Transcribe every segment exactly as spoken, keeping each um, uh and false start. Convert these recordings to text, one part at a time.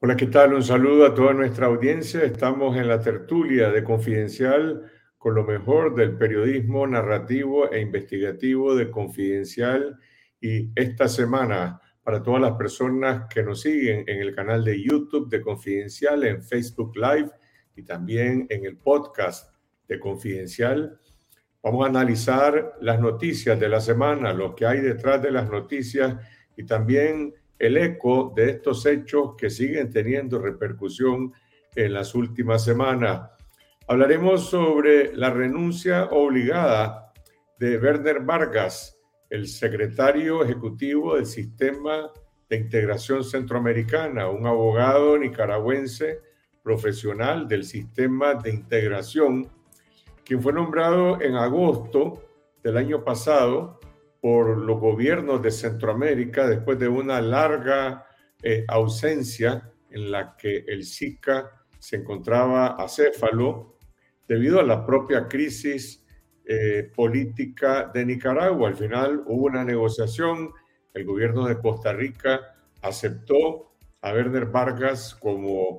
Hola, ¿qué tal? Un saludo a toda nuestra audiencia. Estamos en la tertulia de Confidencial con lo mejor del periodismo narrativo e investigativo de Confidencial. Y esta semana, para todas las personas que nos siguen en el canal de YouTube de Confidencial, en Facebook Live y también en el podcast de Confidencial, vamos a analizar las noticias de la semana, lo que hay detrás de las noticias y también el eco de estos hechos que siguen teniendo repercusión en las últimas semanas. Hablaremos sobre la renuncia obligada de Werner Vargas, el secretario ejecutivo del Sistema de Integración Centroamericana, un abogado nicaragüense profesional del Sistema de Integración, quien fue nombrado en agosto del año pasado por los gobiernos de Centroamérica después de una larga eh, ausencia en la que el SICA se encontraba acéfalo debido a la propia crisis eh, política de Nicaragua. Al final hubo una negociación, el gobierno de Costa Rica aceptó a Werner Vargas como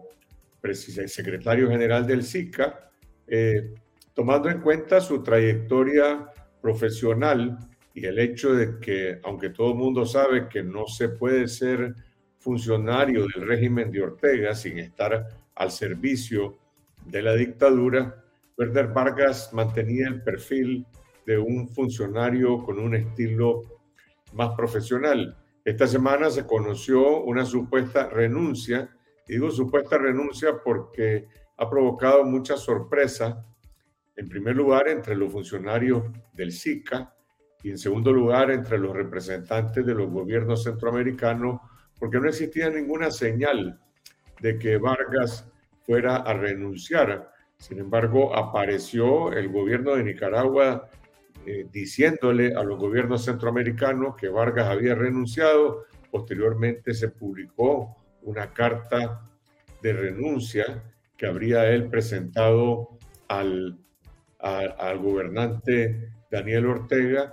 secretario general del SICA, eh, tomando en cuenta su trayectoria profesional y el hecho de que, aunque todo el mundo sabe que no se puede ser funcionario del régimen de Ortega sin estar al servicio de la dictadura, Werner Vargas mantenía el perfil de un funcionario con un estilo más profesional. Esta semana se conoció una supuesta renuncia, y digo supuesta renuncia porque ha provocado mucha sorpresa, en primer lugar entre los funcionarios del SICA, y en segundo lugar entre los representantes de los gobiernos centroamericanos, porque no existía ninguna señal de que Vargas fuera a renunciar. Sin embargo, apareció el gobierno de Nicaragua eh, diciéndole a los gobiernos centroamericanos que Vargas había renunciado. Posteriormente se publicó una carta de renuncia que habría él presentado al, a, al gobernante Daniel Ortega.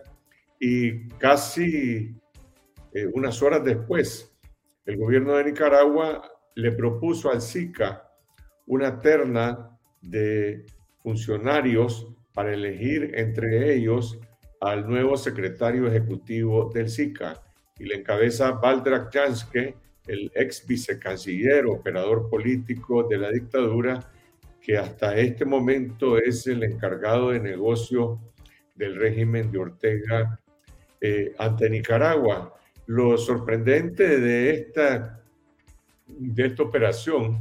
Y casi eh, unas horas después, el gobierno de Nicaragua le propuso al SICA una terna de funcionarios para elegir entre ellos al nuevo secretario ejecutivo del SICA. Y le encabeza Valdrak Janske, el ex vicecanciller, operador político de la dictadura, que hasta este momento es el encargado de negocio del régimen de Ortega Eh, ante Nicaragua. Lo sorprendente de esta, de esta operación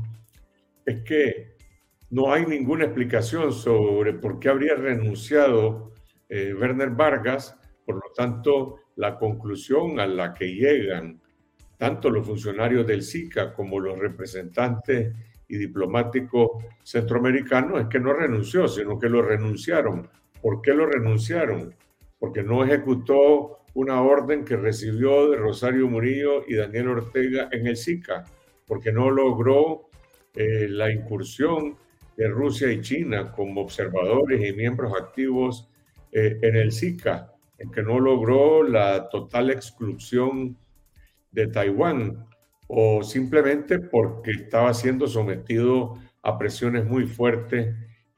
es que no hay ninguna explicación sobre por qué habría renunciado eh, Werner Vargas. Por lo tanto, la conclusión a la que llegan tanto los funcionarios del SICA como los representantes y diplomáticos centroamericanos es que no renunció, sino que lo renunciaron. ¿Por qué lo renunciaron? Porque no ejecutó una orden que recibió de Rosario Murillo y Daniel Ortega en el SICA, porque no logró eh, la incursión de Rusia y China como observadores y miembros activos eh, en el SICA, porque no logró la total exclusión de Taiwán, o simplemente porque estaba siendo sometido a presiones muy fuertes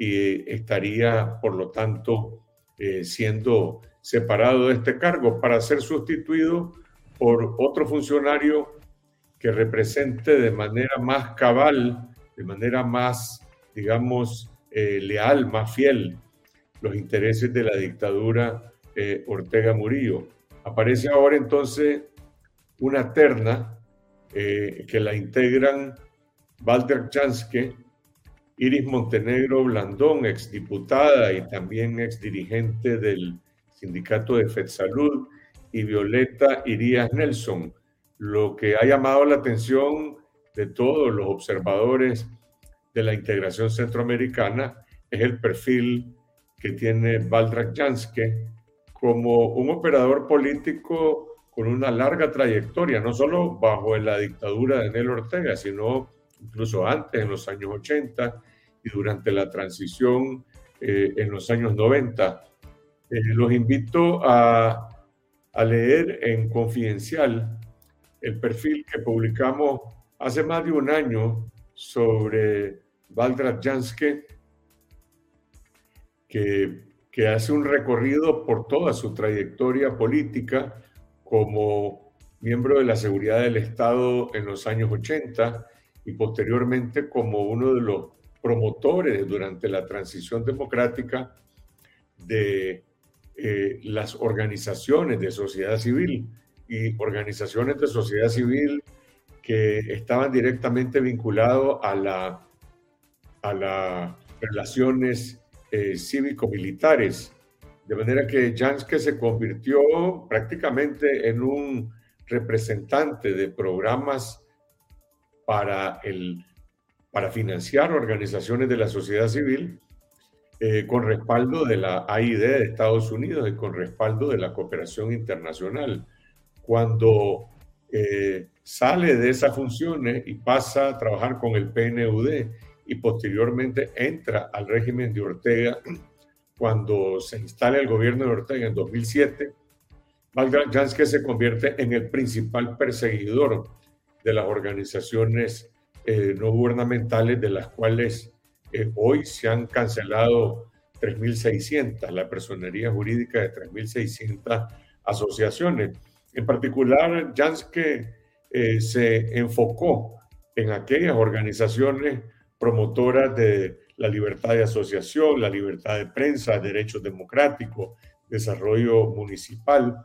y estaría, por lo tanto, eh, siendo separado de este cargo para ser sustituido por otro funcionario que represente de manera más cabal, de manera más, digamos, eh, leal, más fiel, los intereses de la dictadura eh, Ortega Murillo. Aparece ahora entonces una terna eh, que la integran Valdrak Janske, Iris Montenegro Blandón, exdiputada y también exdirigente del sindicato de FedSalud, y Violeta Irías Nelson. Lo que ha llamado la atención de todos los observadores de la integración centroamericana es el perfil que tiene Valdrak Janske como un operador político con una larga trayectoria, no solo bajo la dictadura de Daniel Ortega, sino incluso antes, en los años ochenta, y durante la transición eh, en los años noventa. Eh, los invito a, a leer en Confidencial el perfil que publicamos hace más de un año sobre Valdrat Janske, que, que hace un recorrido por toda su trayectoria política como miembro de la seguridad del Estado en los años ochenta y posteriormente como uno de los promotores durante la transición democrática de eh, las organizaciones de sociedad civil y organizaciones de sociedad civil que estaban directamente vinculados a la a las relaciones eh, cívico-militares. De manera que Janske se convirtió prácticamente en un representante de programas para, el, para financiar organizaciones de la sociedad civil eh, con respaldo de la A I D de Estados Unidos y con respaldo de la cooperación internacional. Cuando eh, sale de esas funciones y pasa a trabajar con el P N U D y posteriormente entra al régimen de Ortega, cuando se instala el gobierno de Ortega en dos mil siete, Valdrat Janske se convierte en el principal perseguidor de las organizaciones eh, no gubernamentales, de las cuales eh, hoy se han cancelado tres mil seiscientas, la personería jurídica de tres mil seiscientas asociaciones. En particular, Janske eh, se enfocó en aquellas organizaciones promotoras de la libertad de asociación, la libertad de prensa, derechos democráticos, desarrollo municipal,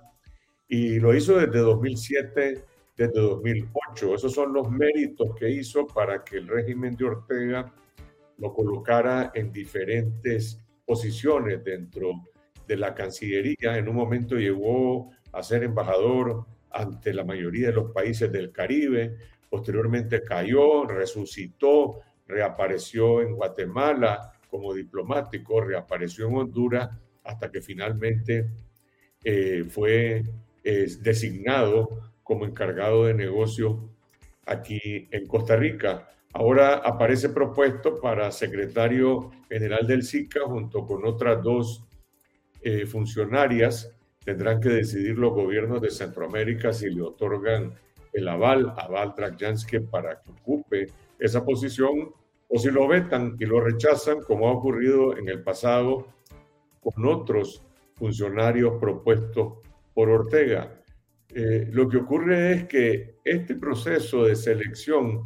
y lo hizo desde dos mil siete, desde dos mil ocho. Esos son los méritos que hizo para que el régimen de Ortega lo colocara en diferentes posiciones dentro de la Cancillería. En un momento llegó a ser embajador ante la mayoría de los países del Caribe, posteriormente cayó, resucitó, reapareció en Guatemala como diplomático, reapareció en Honduras, hasta que finalmente eh, fue eh, designado como encargado de negocios aquí en Costa Rica. Ahora aparece propuesto para secretario general del SICA junto con otras dos eh, funcionarias. Tendrán que decidir los gobiernos de Centroamérica si le otorgan el aval a Valdrat Janske para que ocupe esa posición o si lo vetan y lo rechazan, como ha ocurrido en el pasado con otros funcionarios propuestos por Ortega. Eh, lo que ocurre es que este proceso de selección,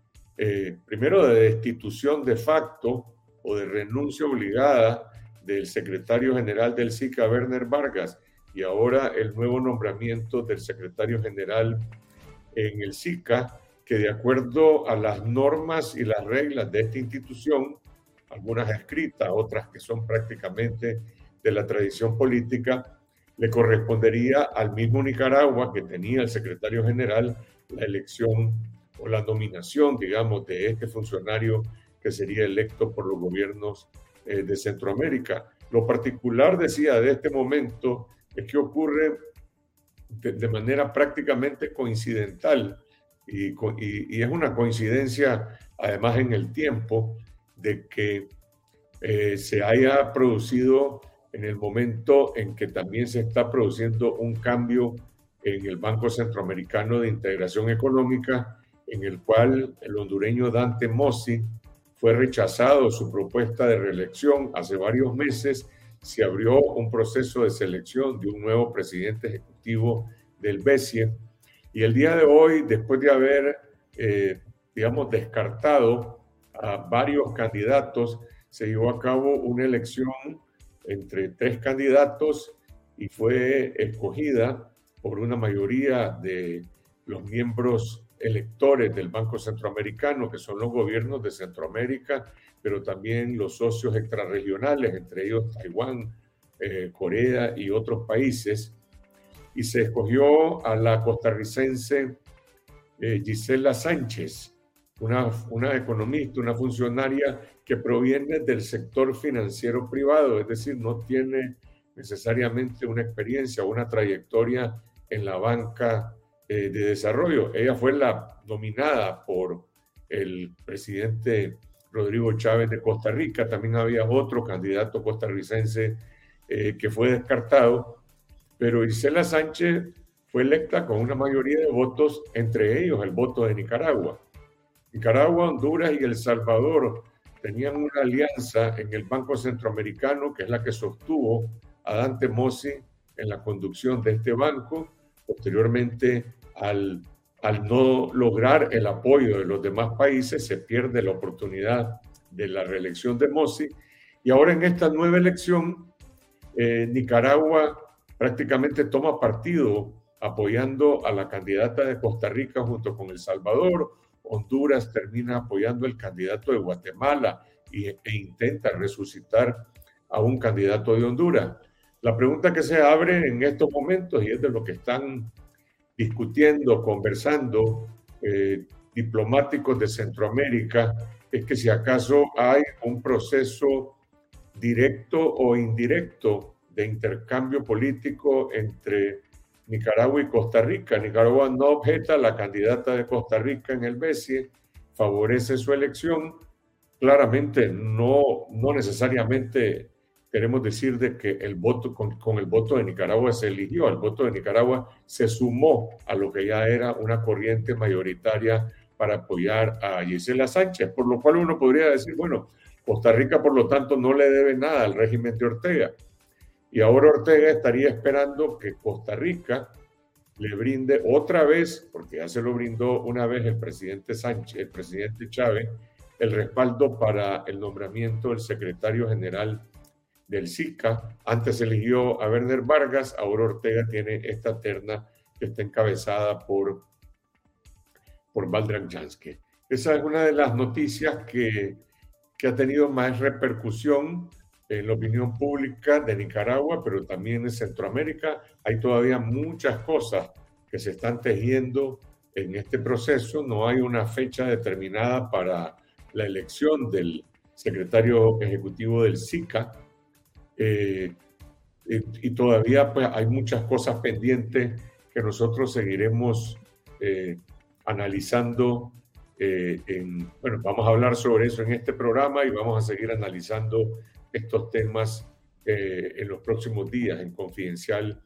eh, primero de destitución de facto o de renuncia obligada del secretario general del SICA, Werner Vargas, y ahora el nuevo nombramiento del secretario general en el SICA, que de acuerdo a las normas y las reglas de esta institución, algunas escritas, otras que son prácticamente de la tradición política, le correspondería al mismo Nicaragua que tenía el secretario general la elección o la nominación, digamos, de este funcionario que sería electo por los gobiernos eh, de Centroamérica. Lo particular, decía, de este momento es que ocurre de, de manera prácticamente coincidental y, y, y es una coincidencia además en el tiempo de que eh, se haya producido en el momento en que también se está produciendo un cambio en el Banco Centroamericano de Integración Económica, en el cual el hondureño Dante Mossi fue rechazado su propuesta de reelección. Hace varios meses se abrió un proceso de selección de un nuevo presidente ejecutivo del BESIE, y el día de hoy, después de haber, eh, digamos, descartado a varios candidatos, se llevó a cabo una elección entre tres candidatos y fue escogida por una mayoría de los miembros electores del Banco Centroamericano, que son los gobiernos de Centroamérica, pero también los socios extrarregionales, entre ellos Taiwán, eh, Corea y otros países. Y se escogió a la costarricense eh, Gisela Sánchez, una, una economista, una funcionaria que proviene del sector financiero privado, es decir, no tiene necesariamente una experiencia o una trayectoria en la banca eh, de desarrollo. Ella fue la nominada por el presidente Rodrigo Chávez de Costa Rica. También había otro candidato costarricense eh, que fue descartado, pero Gisela Sánchez fue electa con una mayoría de votos, entre ellos el voto de Nicaragua. Nicaragua, Honduras y El Salvador tenían una alianza en el Banco Centroamericano, que es la que sostuvo a Dante Mossi en la conducción de este banco. Posteriormente, al, al no lograr el apoyo de los demás países, se pierde la oportunidad de la reelección de Mossi. Y ahora en esta nueva elección, eh, Nicaragua prácticamente toma partido apoyando a la candidata de Costa Rica junto con El Salvador. Honduras termina apoyando al candidato de Guatemala y, e intenta resucitar a un candidato de Honduras. La pregunta que se abre en estos momentos, y es de lo que están discutiendo, conversando eh, diplomáticos de Centroamérica, es que si acaso hay un proceso directo o indirecto de intercambio político entre Nicaragua y Costa Rica. Nicaragua no objeta a la candidata de Costa Rica en el BESIE, favorece su elección. Claramente no, no necesariamente queremos decir de que el voto, con, con el voto de Nicaragua se eligió. El voto de Nicaragua se sumó a lo que ya era una corriente mayoritaria para apoyar a Gisela Sánchez, por lo cual uno podría decir, bueno, Costa Rica por lo tanto no le debe nada al régimen de Ortega. Y ahora Ortega estaría esperando que Costa Rica le brinde otra vez, porque ya se lo brindó una vez el presidente Sánchez, el presidente Chávez, el respaldo para el nombramiento del secretario general del SICA. Antes eligió a Werner Vargas, ahora Ortega tiene esta terna que está encabezada por, por Valdran Jansky. Esa es una de las noticias que, que ha tenido más repercusión en la opinión pública de Nicaragua, pero también en Centroamérica. Hay todavía muchas cosas que se están tejiendo en este proceso. No hay una fecha determinada para la elección del secretario ejecutivo del SICA. Eh, y, y todavía pues, hay muchas cosas pendientes que nosotros seguiremos eh, analizando. Eh, en, bueno, vamos a hablar sobre eso en este programa y vamos a seguir analizando estos temas eh, en los próximos días en Confidencial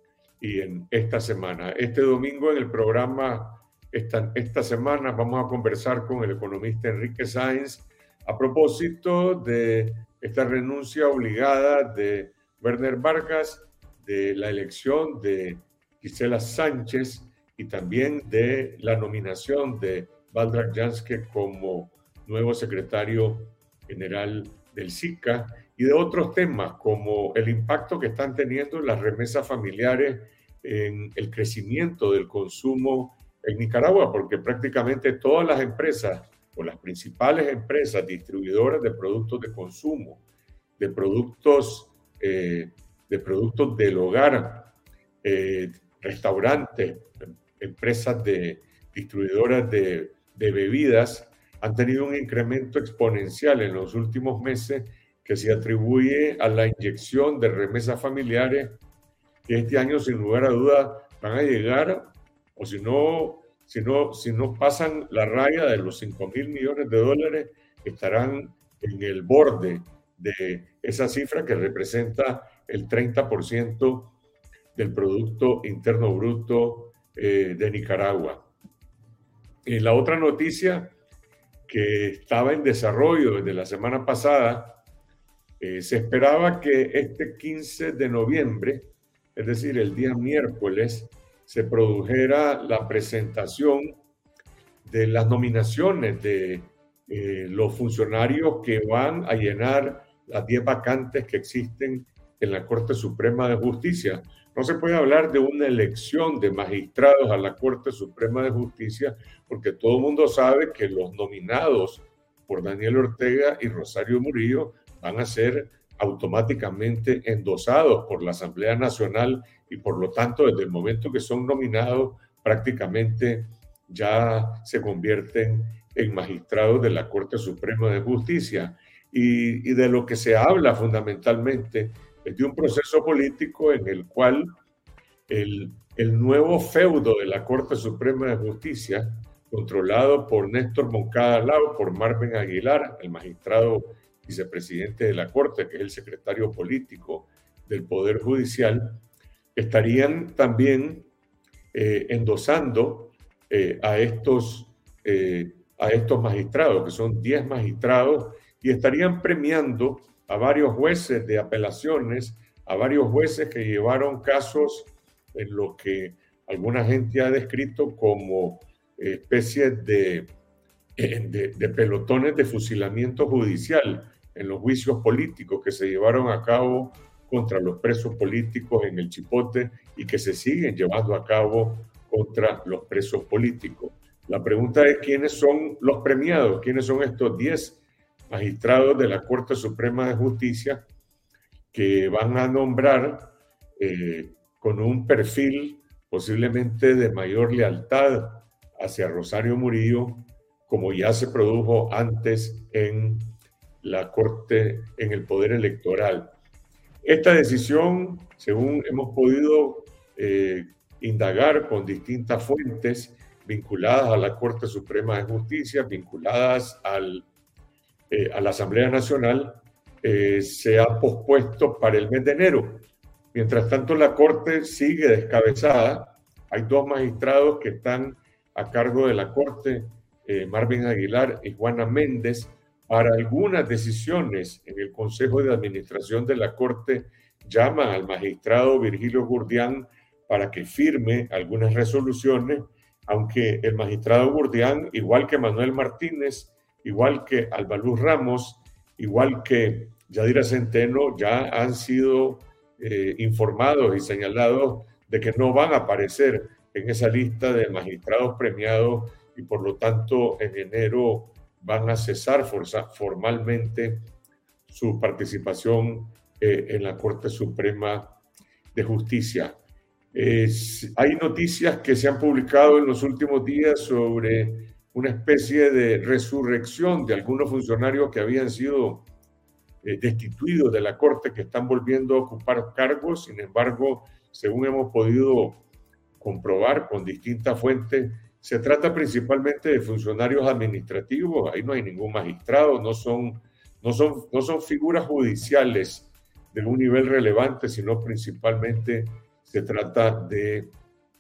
y en esta semana. Este domingo en el programa, esta, esta semana, vamos a conversar con el economista Enrique Sáenz a propósito de esta renuncia obligada de Werner Vargas, de la elección de Gisela Sánchez y también de la nominación de Valdran Jansky como nuevo secretario general del SICA y de otros temas como el impacto que están teniendo las remesas familiares en el crecimiento del consumo en Nicaragua, porque prácticamente todas las empresas o las principales empresas distribuidoras de productos de consumo, de productos, eh, de productos del hogar, eh, restaurantes, empresas de distribuidoras de, de bebidas, han tenido un incremento exponencial en los últimos meses que se atribuye a la inyección de remesas familiares que este año sin lugar a dudas van a llegar, o si no, si no, si no pasan la raya de los cinco mil millones de dólares, estarán en el borde de esa cifra que representa el treinta por ciento del Producto Interno Bruto eh, de Nicaragua. Y la otra noticia que estaba en desarrollo desde la semana pasada, eh, se esperaba que este quince de noviembre, es decir, el día miércoles, se produjera la presentación de las nominaciones de eh, los funcionarios que van a llenar las diez vacantes que existen en la Corte Suprema de Justicia. No se puede hablar de una elección de magistrados a la Corte Suprema de Justicia porque todo el mundo sabe que los nominados por Daniel Ortega y Rosario Murillo van a ser automáticamente endosados por la Asamblea Nacional y por lo tanto desde el momento que son nominados prácticamente ya se convierten en magistrados de la Corte Suprema de Justicia. Y, y de lo que se habla fundamentalmente es de un proceso político en el cual el, el nuevo feudo de la Corte Suprema de Justicia, controlado por Néstor Moncada Lao, por Marvin Aguilar, el magistrado vicepresidente de la Corte, que es el secretario político del Poder Judicial, estarían también eh, endosando eh, a, estos, eh, a estos magistrados, que son diez magistrados, y estarían premiando a varios jueces de apelaciones, a varios jueces que llevaron casos en lo que alguna gente ha descrito como especies de, de, de pelotones de fusilamiento judicial en los juicios políticos que se llevaron a cabo contra los presos políticos en el Chipote y que se siguen llevando a cabo contra los presos políticos. La pregunta es quiénes son los premiados, quiénes son estos diez magistrados de la Corte Suprema de Justicia que van a nombrar eh, con un perfil posiblemente de mayor lealtad hacia Rosario Murillo, como ya se produjo antes en la Corte, en el Poder Electoral. Esta decisión, según hemos podido eh, indagar con distintas fuentes vinculadas a la Corte Suprema de Justicia, vinculadas al, eh, a la Asamblea Nacional, eh, se ha pospuesto para el mes de enero. Mientras tanto, la Corte sigue descabezada. Hay dos magistrados que están a cargo de la Corte, eh, Marvin Aguilar y Juana Méndez. Para algunas decisiones en el Consejo de Administración de la Corte, llaman al magistrado Virgilio Gurdián para que firme algunas resoluciones, aunque el magistrado Gurdián, igual que Manuel Martínez, igual que Albaluz Ramos, igual que Yadira Centeno, ya han sido eh, informados y señalados de que no van a aparecer en esa lista de magistrados premiados y por lo tanto en enero van a cesar forza, formalmente su participación eh, en la Corte Suprema de Justicia. Eh, hay noticias que se han publicado en los últimos días sobre una especie de resurrección de algunos funcionarios que habían sido eh, destituidos de la Corte, que están volviendo a ocupar cargos. Sin embargo, según hemos podido comprobar con distintas fuentes, se trata principalmente de funcionarios administrativos. Ahí no hay ningún magistrado, no son, no son, no son figuras judiciales de un nivel relevante, sino principalmente se trata de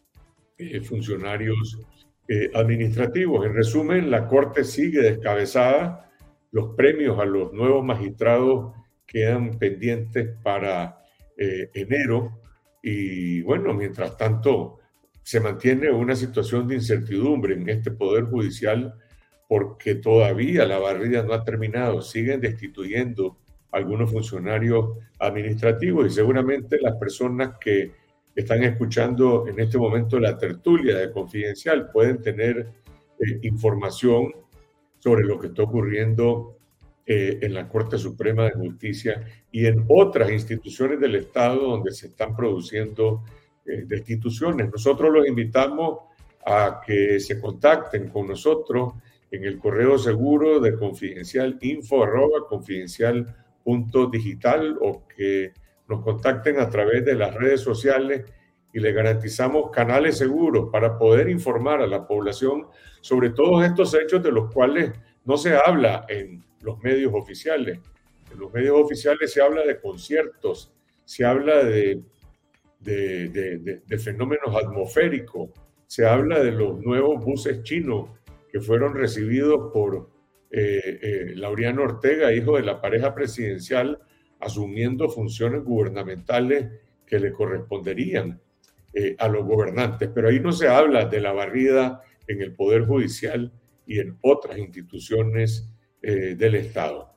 eh, funcionarios eh, administrativos. En resumen, la Corte sigue descabezada. Los premios a los nuevos magistrados quedan pendientes para eh, enero. Y bueno, mientras tanto, se mantiene una situación de incertidumbre en este Poder Judicial porque todavía la barrida no ha terminado. Siguen destituyendo a algunos funcionarios administrativos y seguramente las personas que están escuchando en este momento la tertulia de Confidencial pueden tener eh, información sobre lo que está ocurriendo eh, en la Corte Suprema de Justicia y en otras instituciones del Estado donde se están produciendo destituciones. Nosotros los invitamos a que se contacten con nosotros en el correo seguro de Confidencial, info arroba confidencial punto digital, o que nos contacten a través de las redes sociales y les garantizamos canales seguros para poder informar a la población sobre todos estos hechos de los cuales no se habla en los medios oficiales. En los medios oficiales se habla de conciertos, se habla de De, de, de, de fenómenos atmosféricos, se habla de los nuevos buses chinos que fueron recibidos por eh, eh, Laureano Ortega, hijo de la pareja presidencial, asumiendo funciones gubernamentales que le corresponderían eh, a los gobernantes. Pero ahí no se habla de la barrida en el Poder Judicial y en otras instituciones eh, del Estado.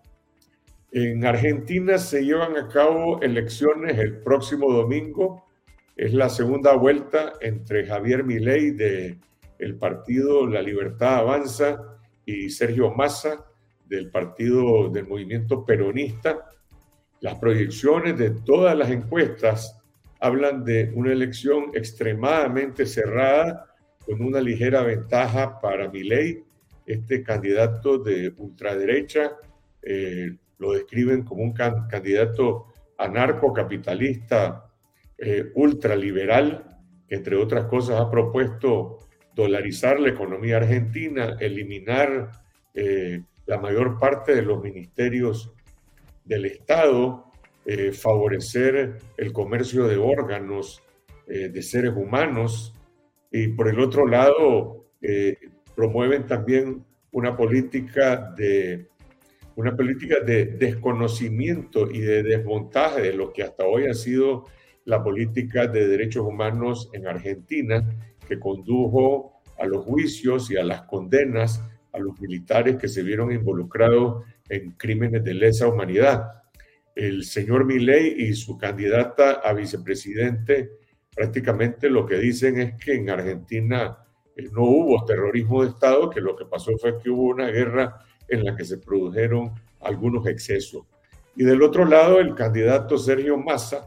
En Argentina se llevan a cabo elecciones el próximo domingo. Es la segunda vuelta entre Javier Milei del partido La Libertad Avanza y Sergio Massa del partido del movimiento peronista. Las proyecciones de todas las encuestas hablan de una elección extremadamente cerrada con una ligera ventaja para Milei. Este candidato de ultraderecha eh, lo describen como un can- candidato anarcocapitalista Eh, ultraliberal, que entre otras cosas ha propuesto dolarizar la economía argentina, eliminar eh, la mayor parte de los ministerios del Estado, eh, favorecer el comercio de órganos eh, de seres humanos y por el otro lado eh, promueven también una política de, una política de desconocimiento y de desmontaje de lo que hasta hoy ha sido la política de derechos humanos en Argentina, que condujo a los juicios y a las condenas a los militares que se vieron involucrados en crímenes de lesa humanidad. El señor Milei y su candidata a vicepresidente prácticamente lo que dicen es que en Argentina eh, no hubo terrorismo de Estado, que lo que pasó fue que hubo una guerra en la que se produjeron algunos excesos. Y del otro lado, el candidato Sergio Massa,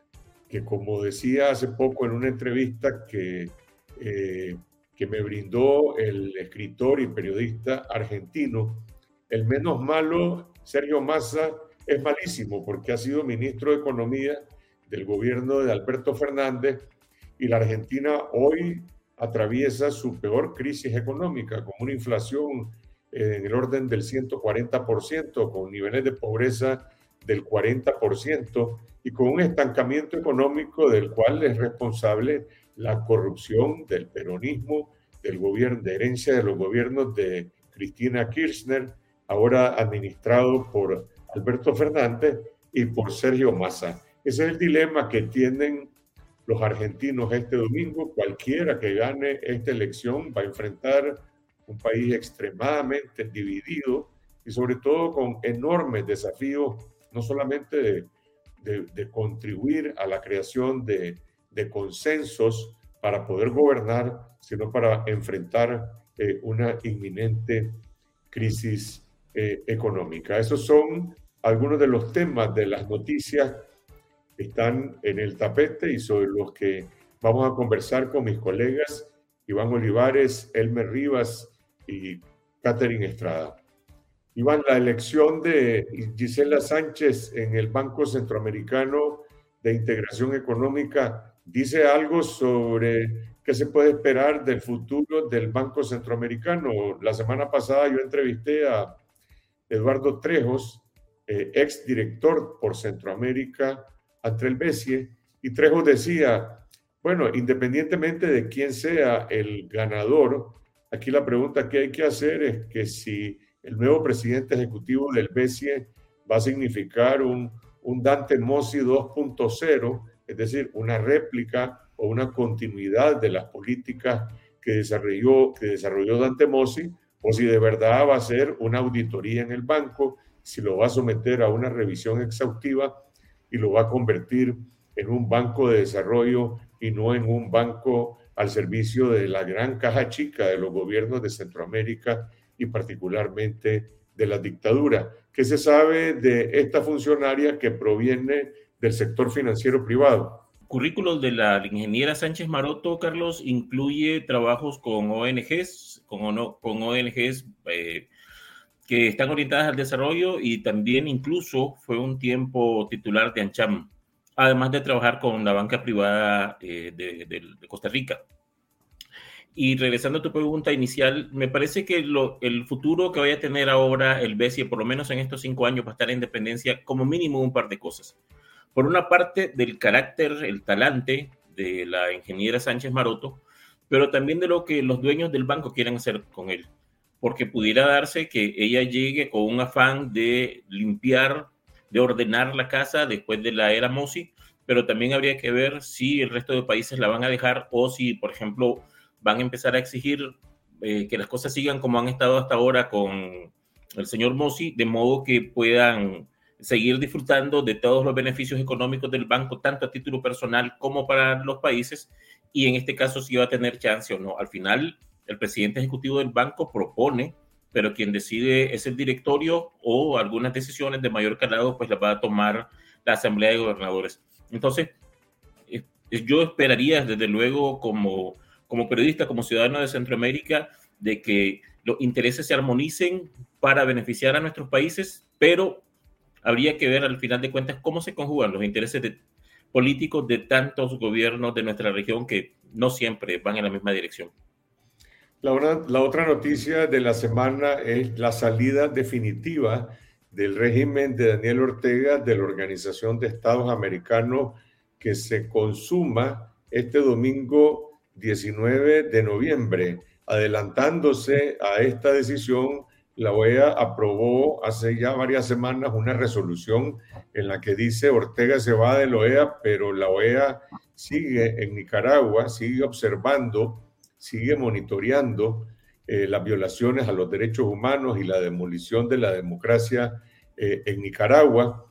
que como decía hace poco en una entrevista que, eh, que me brindó el escritor y periodista argentino, el menos malo, Sergio Massa, es malísimo porque ha sido ministro de Economía del gobierno de Alberto Fernández y la Argentina hoy atraviesa su peor crisis económica con una inflación en el orden del ciento cuarenta por ciento, con niveles de pobreza del cuarenta por ciento y con un estancamiento económico del cual es responsable la corrupción del peronismo, del gobierno, de herencia de los gobiernos de Cristina Kirchner, ahora administrado por Alberto Fernández y por Sergio Massa. Ese es el dilema que tienen los argentinos este domingo. Cualquiera que gane esta elección va a enfrentar un país extremadamente dividido y sobre todo con enormes desafíos, no solamente de, de, de contribuir a la creación de, de consensos para poder gobernar, sino para enfrentar eh, una inminente crisis eh, económica. Esos son algunos de los temas de las noticias que están en el tapete y sobre los que vamos a conversar con mis colegas Iván Olivares, Elmer Rivas y Catherine Estrada. Iván, la elección de Gisela Sánchez en el Banco Centroamericano de Integración Económica dice algo sobre qué se puede esperar del futuro del Banco Centroamericano. La semana pasada yo entrevisté a Eduardo Trejos, eh, ex director por Centroamérica ante el BESIE, y Trejos decía, bueno, independientemente de quién sea el ganador, aquí la pregunta que hay que hacer es que si el nuevo presidente ejecutivo del BESIE va a significar un, un Dante Mossi dos punto cero, es decir, una réplica o una continuidad de las políticas que desarrolló, que desarrolló Dante Mossi, o si de verdad va a ser una auditoría en el banco, si lo va a someter a una revisión exhaustiva y lo va a convertir en un banco de desarrollo y no en un banco al servicio de la gran caja chica de los gobiernos de Centroamérica y particularmente de la dictadura. ¿Qué se sabe de esta funcionaria que proviene del sector financiero privado? El currículo de la ingeniera Sánchez Maroto, Carlos, incluye trabajos con O N Ges, con, con O N Ges eh, que están orientadas al desarrollo y también incluso fue un tiempo titular de ANCHAM, además de trabajar con la banca privada eh, de, de, de Costa Rica. Y regresando a tu pregunta inicial, me parece que lo, el futuro que vaya a tener ahora el BESIE, por lo menos en estos cinco años, va a estar en dependencia como mínimo un par de cosas. Por una parte, del carácter, el talante de la ingeniera Sánchez Maroto, pero también de lo que los dueños del banco quieren hacer con él. Porque pudiera darse que ella llegue con un afán de limpiar, de ordenar la casa después de la era Mossi, pero también habría que ver si el resto de países la van a dejar o si, por ejemplo, van a empezar a exigir eh, que las cosas sigan como han estado hasta ahora con el señor Mossi, de modo que puedan seguir disfrutando de todos los beneficios económicos del banco, tanto a título personal como para los países, y en este caso si va a tener chance o no. Al final, el presidente ejecutivo del banco propone, pero quien decide es el directorio o algunas decisiones de mayor calado, pues las va a tomar la Asamblea de Gobernadores. Entonces, eh, yo esperaría desde luego como, como periodista, como ciudadano de Centroamérica, de que los intereses se armonicen para beneficiar a nuestros países, pero habría que ver al final de cuentas cómo se conjugan los intereses de, políticos de tantos gobiernos de nuestra región que no siempre van en la misma dirección. La, una, la otra noticia de la semana es la salida definitiva del régimen de Daniel Ortega de la Organización de Estados Americanos, que se consuma este domingo diecinueve de noviembre. Adelantándose a esta decisión, la O E A aprobó hace ya varias semanas una resolución en la que dice Ortega se va de la O E A, pero la O E A sigue en Nicaragua, sigue observando, sigue monitoreando eh, las violaciones a los derechos humanos y la demolición de la democracia eh, en Nicaragua.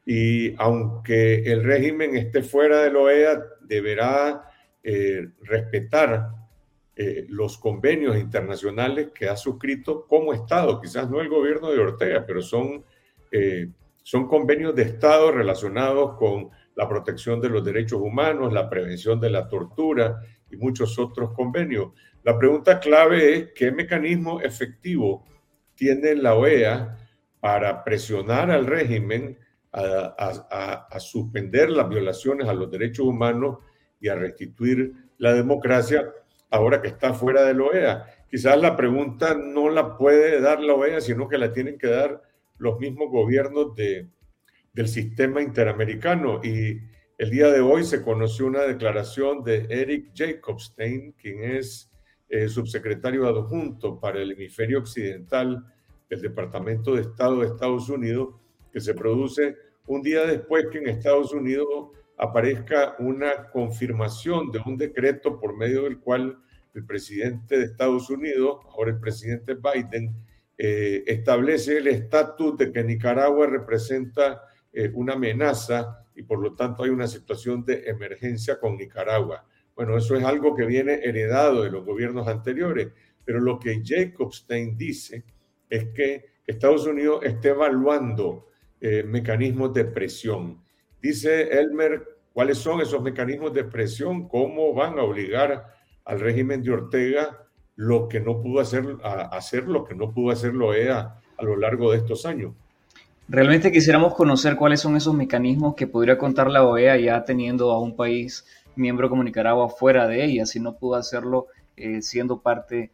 Y aunque el régimen esté fuera de la O E A, deberá eh, respetar eh, los convenios internacionales que ha suscrito como Estado, quizás no el gobierno de Ortega, pero son, eh, son convenios de Estado relacionados con la protección de los derechos humanos, la prevención de la tortura y muchos otros convenios. La pregunta clave es qué mecanismo efectivo tiene la O E A para presionar al régimen a, a, a, a suspender las violaciones a los derechos humanos y a restituir la democracia ahora que está fuera de la O E A. Quizás la pregunta no la puede dar la O E A, sino que la tienen que dar los mismos gobiernos de, del sistema interamericano. Y el día de hoy se conoció una declaración de Eric Jacobstein, quien es eh, subsecretario adjunto para el hemisferio occidental del Departamento de Estado de Estados Unidos, que se produce un día después que en Estados Unidos aparezca una confirmación de un decreto por medio del cual el presidente de Estados Unidos, ahora el presidente Biden, eh, establece el estatus de que Nicaragua representa eh, una amenaza y por lo tanto hay una situación de emergencia con Nicaragua. Bueno, eso es algo que viene heredado de los gobiernos anteriores, pero lo que Jacobstein dice es que Estados Unidos está evaluando eh, mecanismos de presión. Dice Elmer, ¿cuáles son esos mecanismos de presión? ¿Cómo van a obligar al régimen de Ortega lo que no pudo hacer, a hacer lo que no pudo hacer la O E A a lo largo de estos años? Realmente quisiéramos conocer cuáles son esos mecanismos que podría contar la O E A ya teniendo a un país miembro como Nicaragua fuera de ella, si no pudo hacerlo eh, siendo parte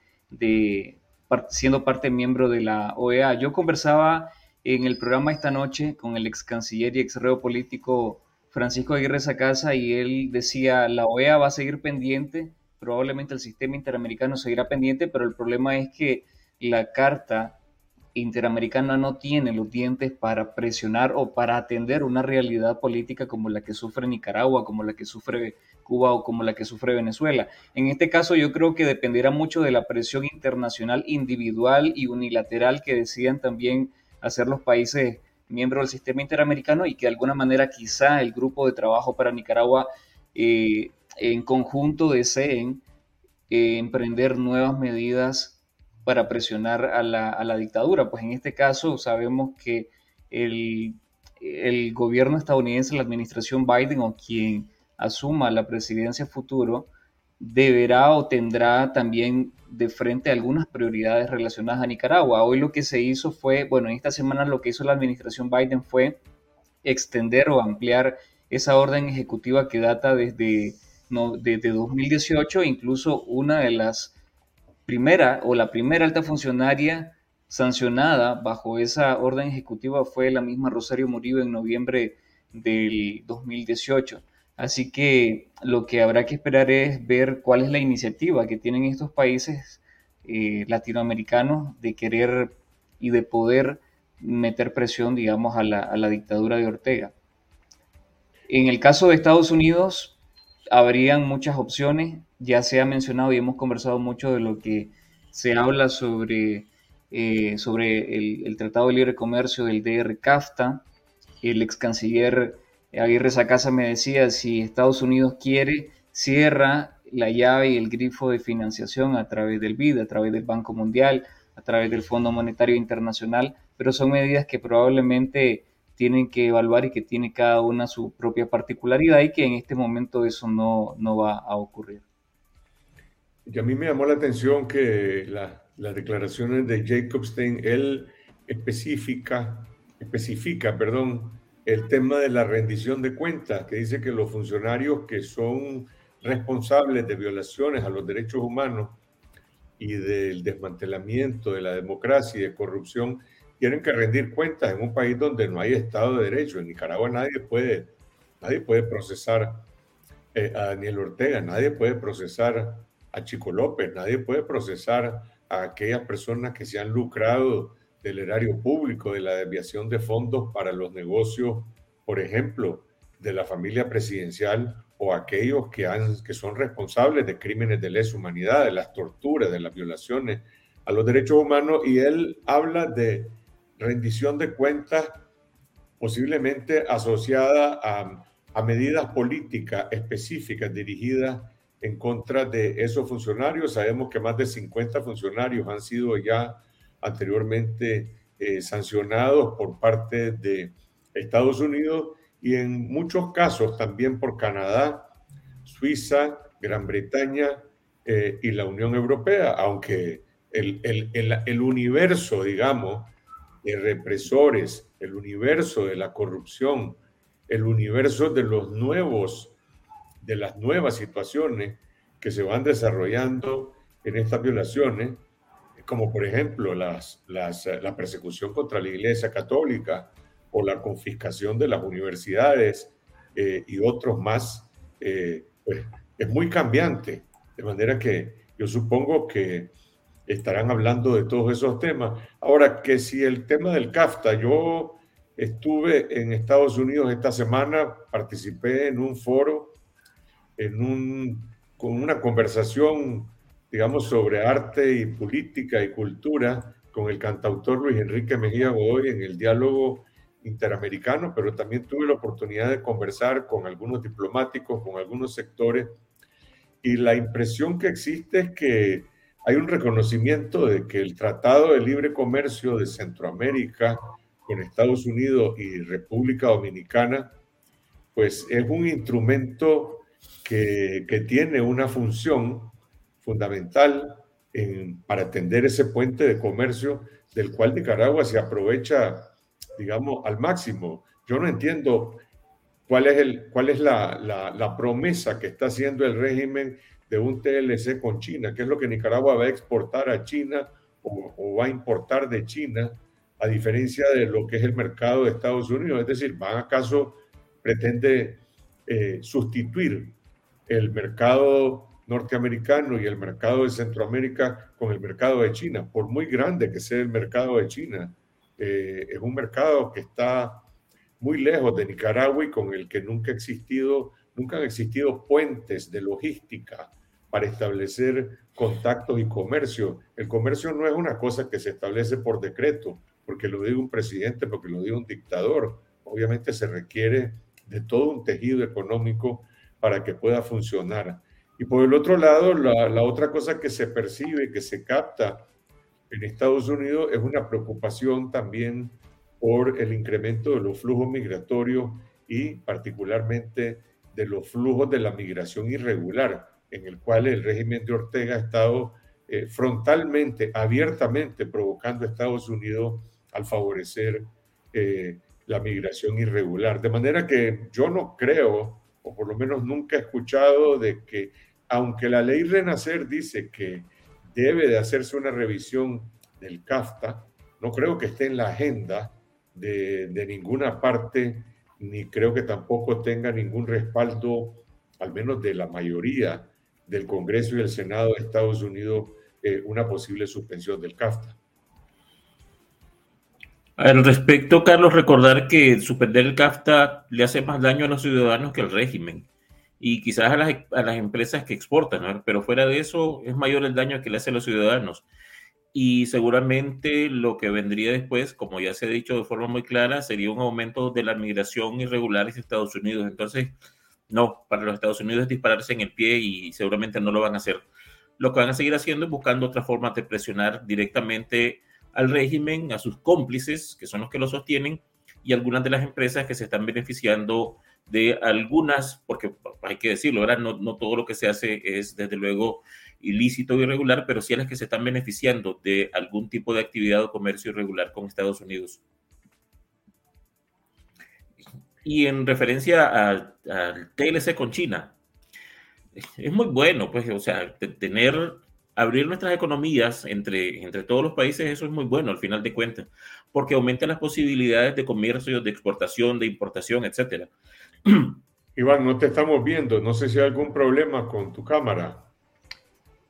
de siendo parte miembro de la O E A. Yo conversaba en el programa esta noche con el ex canciller y ex reo político Francisco Aguirre Sacasa y él decía la O E A va a seguir pendiente, probablemente el sistema interamericano seguirá pendiente, pero el problema es que la Carta Interamericana no tiene los dientes para presionar o para atender una realidad política como la que sufre Nicaragua, como la que sufre Cuba o como la que sufre Venezuela. En este caso yo creo que dependerá mucho de la presión internacional individual y unilateral que decidan también hacer los países miembros del sistema interamericano y que de alguna manera quizá el grupo de trabajo para Nicaragua eh, en conjunto deseen eh, emprender nuevas medidas para presionar a la, a la dictadura. Pues en este caso sabemos que el, el gobierno estadounidense, la administración Biden o quien asuma la presidencia futuro, deberá o tendrá también de frente algunas prioridades relacionadas a Nicaragua. Hoy lo que se hizo fue, bueno, en esta semana lo que hizo la administración Biden fue extender o ampliar esa orden ejecutiva que data desde, no, desde dos mil dieciocho, incluso una de las primera o la primera alta funcionaria sancionada bajo esa orden ejecutiva fue la misma Rosario Murillo en noviembre del dos mil dieciocho. Así que lo que habrá que esperar es ver cuál es la iniciativa que tienen estos países eh, latinoamericanos de querer y de poder meter presión, digamos, a la, a la dictadura de Ortega. En el caso de Estados Unidos, habrían muchas opciones. Ya se ha mencionado y hemos conversado mucho de lo que se habla sobre, eh, sobre el, el Tratado de Libre Comercio del D R CAFTA. El ex canciller Aguirre Sacasa me decía, si Estados Unidos quiere, cierra la llave y el grifo de financiación a través del B I D, a través del Banco Mundial, a través del Fondo Monetario Internacional, pero son medidas que probablemente tienen que evaluar y que tiene cada una su propia particularidad y que en este momento eso no, no va a ocurrir. Y a mí me llamó la atención que la, las declaraciones de Jacobstein, él especifica, especifica, perdón, el tema de la rendición de cuentas, que dice que los funcionarios que son responsables de violaciones a los derechos humanos y del desmantelamiento de la democracia y de corrupción tienen que rendir cuentas en un país donde no hay Estado de Derecho. En Nicaragua nadie puede, nadie puede procesar eh, a Daniel Ortega, nadie puede procesar a Chico López, nadie puede procesar a aquellas personas que se han lucrado del erario público, de la desviación de fondos para los negocios, por ejemplo, de la familia presidencial, o aquellos que, han, que son responsables de crímenes de lesa humanidad, de las torturas, de las violaciones a los derechos humanos. Y él habla de rendición de cuentas posiblemente asociada a, a medidas políticas específicas dirigidas en contra de esos funcionarios. Sabemos que más de cincuenta funcionarios han sido ya anteriormente eh, sancionados por parte de Estados Unidos, y en muchos casos también por Canadá, Suiza, Gran Bretaña eh, y la Unión Europea, aunque el, el, el, el universo, digamos, de represores, el universo de la corrupción, el universo de los nuevos, de las nuevas situaciones que se van desarrollando en estas violaciones, como por ejemplo las, las, la persecución contra la Iglesia Católica o la confiscación de las universidades eh, y otros más, eh, pues, es muy cambiante. De manera que yo supongo que estarán hablando de todos esos temas. Ahora, que si el tema del CAFTA, yo estuve en Estados Unidos esta semana, participé en un foro, en un, con una conversación, digamos, sobre arte y política y cultura con el cantautor Luis Enrique Mejía Godoy en el diálogo interamericano, pero también tuve la oportunidad de conversar con algunos diplomáticos, con algunos sectores, y la impresión que existe es que hay un reconocimiento de que el Tratado de Libre Comercio de Centroamérica con Estados Unidos y República Dominicana, pues es un instrumento que, que tiene una función fundamental en, para atender ese puente de comercio del cual Nicaragua se aprovecha, digamos, al máximo. Yo no entiendo cuál es, el, cuál es la, la, la promesa que está haciendo el régimen de un T L C con China. ¿Qué es lo que Nicaragua va a exportar a China o, o va a importar de China, a diferencia de lo que es el mercado de Estados Unidos? Es decir, ¿van acaso pretende eh, sustituir el mercado norteamericano y el mercado de Centroamérica con el mercado de China? Por muy grande que sea el mercado de China, eh, es un mercado que está muy lejos de Nicaragua y con el que nunca ha existido, nunca han existido puentes de logística para establecer contactos y comercio. El comercio no es una cosa que se establece por decreto, porque lo diga un presidente, porque lo diga un dictador. Obviamente se requiere de todo un tejido económico para que pueda funcionar. Y por el otro lado, la, la otra cosa que se percibe, que se capta en Estados Unidos, es una preocupación también por el incremento de los flujos migratorios y particularmente de los flujos de la migración irregular, en el cual el régimen de Ortega ha estado eh, frontalmente, abiertamente provocando a Estados Unidos al favorecer eh, la migración irregular. De manera que yo no creo, o por lo menos nunca he escuchado, de que aunque la ley Renacer dice que debe de hacerse una revisión del CAFTA, no creo que esté en la agenda de, de ninguna parte, ni creo que tampoco tenga ningún respaldo, al menos de la mayoría del Congreso y el Senado de Estados Unidos, eh, una posible suspensión del CAFTA. Al respecto, Carlos, recordar que suspender el CAFTA le hace más daño a los ciudadanos que al régimen y quizás a las, a las empresas que exportan, ¿no? Pero fuera de eso es mayor el daño que le hace a los ciudadanos. Y seguramente lo que vendría después, como ya se ha dicho de forma muy clara, sería un aumento de la migración irregular hacia Estados Unidos. Entonces, no, para los Estados Unidos es dispararse en el pie y seguramente no lo van a hacer. Lo que van a seguir haciendo es buscando otras formas de presionar directamente al régimen, a sus cómplices, que son los que lo sostienen, y algunas de las empresas que se están beneficiando de algunas, porque hay que decirlo, ¿verdad? No, no todo lo que se hace es, desde luego, ilícito o irregular, pero sí a las que se están beneficiando de algún tipo de actividad o comercio irregular con Estados Unidos. Y en referencia al T L C con China, es muy bueno, pues, o sea, tener, abrir nuestras economías entre, entre todos los países, eso es muy bueno al final de cuentas, porque aumenta las posibilidades de comercio, de exportación, de importación, etcétera. Iván, no te estamos viendo, no sé si hay algún problema con tu cámara.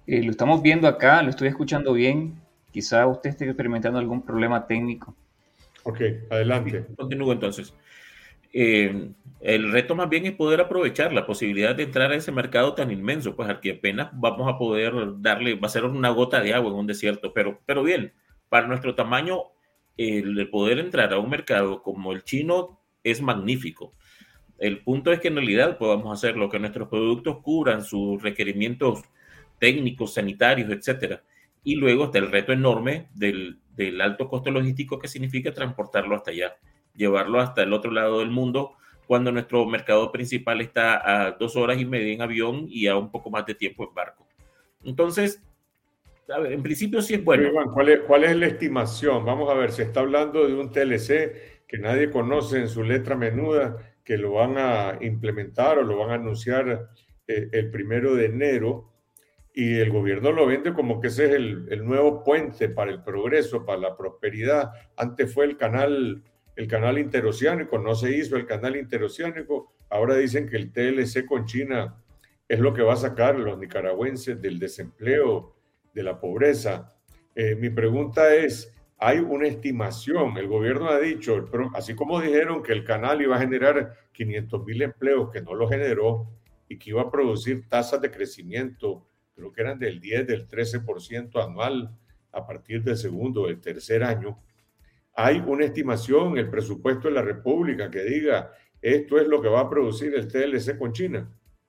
Eh, lo estamos viendo acá, lo estoy escuchando bien. Quizá usted esté experimentando algún problema técnico. Ok, adelante. Continúo entonces. Eh, el reto más bien es poder aprovechar la posibilidad de entrar a ese mercado tan inmenso, pues al que apenas vamos a poder darle, va a ser una gota de agua en un desierto, pero, pero bien, para nuestro tamaño, el poder entrar a un mercado como el chino es magnífico. El punto es que en realidad podamos hacer lo que nuestros productos cubran sus requerimientos técnicos, sanitarios, etcétera. Y luego está el reto enorme del, del alto costo logístico que significa transportarlo hasta allá, llevarlo hasta el otro lado del mundo, cuando nuestro mercado principal está a dos horas y media en avión y a un poco más de tiempo en barco. Entonces, a ver, en principio sí es bueno. Iván, ¿cuál es, ¿cuál es la estimación? Vamos a ver, se está hablando de un T L C que nadie conoce en su letra menuda, que lo van a implementar o lo van a anunciar eh, el primero de enero, y el gobierno lo vende como que ese es el, el nuevo puente para el progreso, para la prosperidad. Antes fue el canal, el canal interoceánico, no se hizo el canal interoceánico, ahora dicen que el T L C con China es lo que va a sacar a los nicaragüenses del desempleo, de la pobreza. Eh, mi pregunta es, hay una estimación, el gobierno ha dicho, así como dijeron que el canal iba a generar quinientos mil empleos, que no lo generó, y que iba a producir tasas de crecimiento, creo que eran del diez, del trece por ciento anual a partir del segundo o del tercer año. Hay una estimación, el presupuesto de la República que diga, esto es lo que va a producir el T L C con China.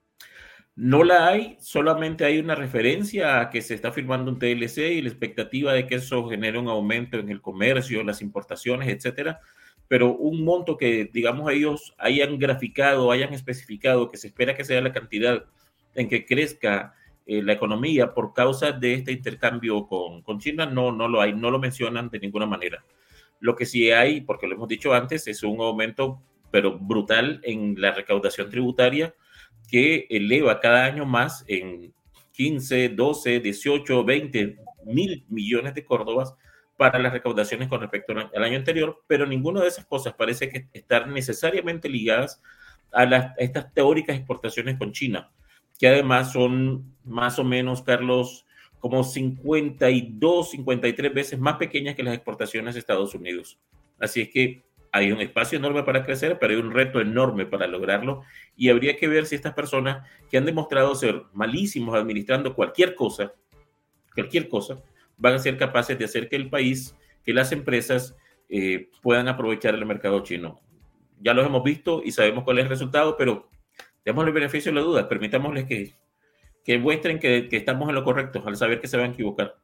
No la hay, solamente hay una referencia a que se está firmando un T L C y la expectativa de que eso genere un aumento en el comercio, las importaciones, etcétera. Pero un monto que, digamos, ellos hayan graficado, hayan especificado que se espera que sea la cantidad en que crezca eh, la economía por causa de este intercambio con, con China, no, no lo hay, no lo mencionan de ninguna manera. Lo que sí hay, porque lo hemos dicho antes, es un aumento, pero brutal en la recaudación tributaria, que eleva cada año más en quince, doce, dieciocho, veinte mil millones de córdobas para las recaudaciones con respecto al año anterior, pero ninguna de esas cosas parece que estar necesariamente ligadas a, las, a estas teóricas exportaciones con China, que además son más o menos, Carlos, como cincuenta y dos, cincuenta y tres veces más pequeñas que las exportaciones de Estados Unidos. Así es que hay un espacio enorme para crecer, pero hay un reto enorme para lograrlo, y habría que ver si estas personas que han demostrado ser malísimos administrando cualquier cosa, cualquier cosa, van a ser capaces de hacer que el país, que las empresas eh, puedan aprovechar el mercado chino. Ya los hemos visto y sabemos cuál es el resultado, pero démosle el beneficio de la duda, permitámosles que, que muestren que, que estamos en lo correcto al saber que se van a equivocar.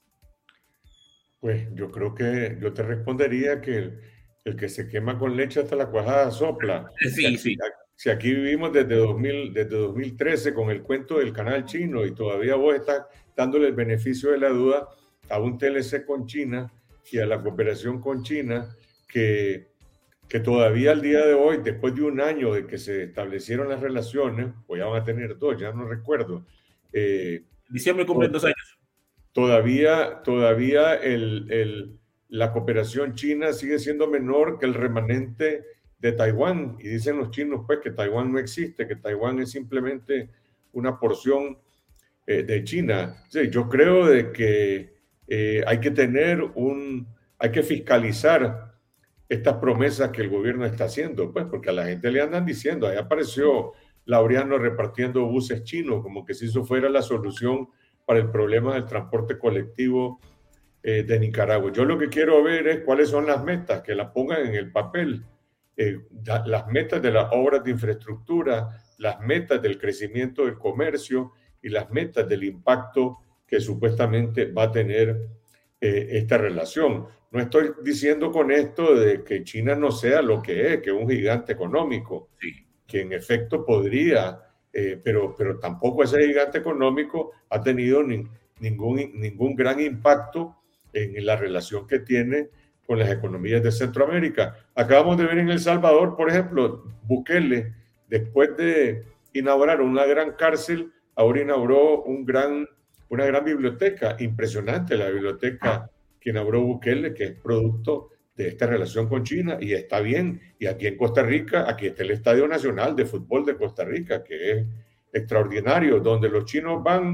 Pues yo creo que yo te respondería que el, el que se quema con leche hasta la cuajada sopla. Sí, si aquí, sí. Si aquí vivimos desde, dos mil, desde dos mil trece con el cuento del canal chino y todavía vos estás dándole el beneficio de la duda a un T L C con China y a la cooperación con China, que, que todavía al día de hoy, después de un año de que se establecieron las relaciones, o ya van a tener dos, ya no recuerdo. Eh, Diciembre cumplen dos años. Todavía, todavía el, el, la cooperación china sigue siendo menor que el remanente de Taiwán, y dicen los chinos pues que Taiwán no existe, que Taiwán es simplemente una porción eh, de China. Sí, yo creo de que eh, hay que tener un, hay que fiscalizar estas promesas que el gobierno está haciendo, pues porque a la gente le andan diciendo, ahí apareció Laureano repartiendo buses chinos, como que si eso fuera la solución para el problema del transporte colectivo eh, de Nicaragua. Yo lo que quiero ver es cuáles son las metas, que las pongan en el papel, eh, las metas de las obras de infraestructura, las metas del crecimiento del comercio y las metas del impacto que supuestamente va a tener eh, esta relación. No estoy diciendo con esto de que China no sea lo que es, que es un gigante económico, sí, que en efecto podría, eh, pero, pero tampoco ese gigante económico ha tenido ni, ningún, ningún gran impacto en la relación que tiene con las economías de Centroamérica. Acabamos de ver en El Salvador, por ejemplo, Bukele, después de inaugurar una gran cárcel, ahora inauguró un gran, una gran biblioteca, impresionante la biblioteca que inauguró Bukele, que es producto de esta relación con China, y está bien. Y aquí en Costa Rica, aquí está el Estadio Nacional de Fútbol de Costa Rica, que es extraordinario, donde los chinos van,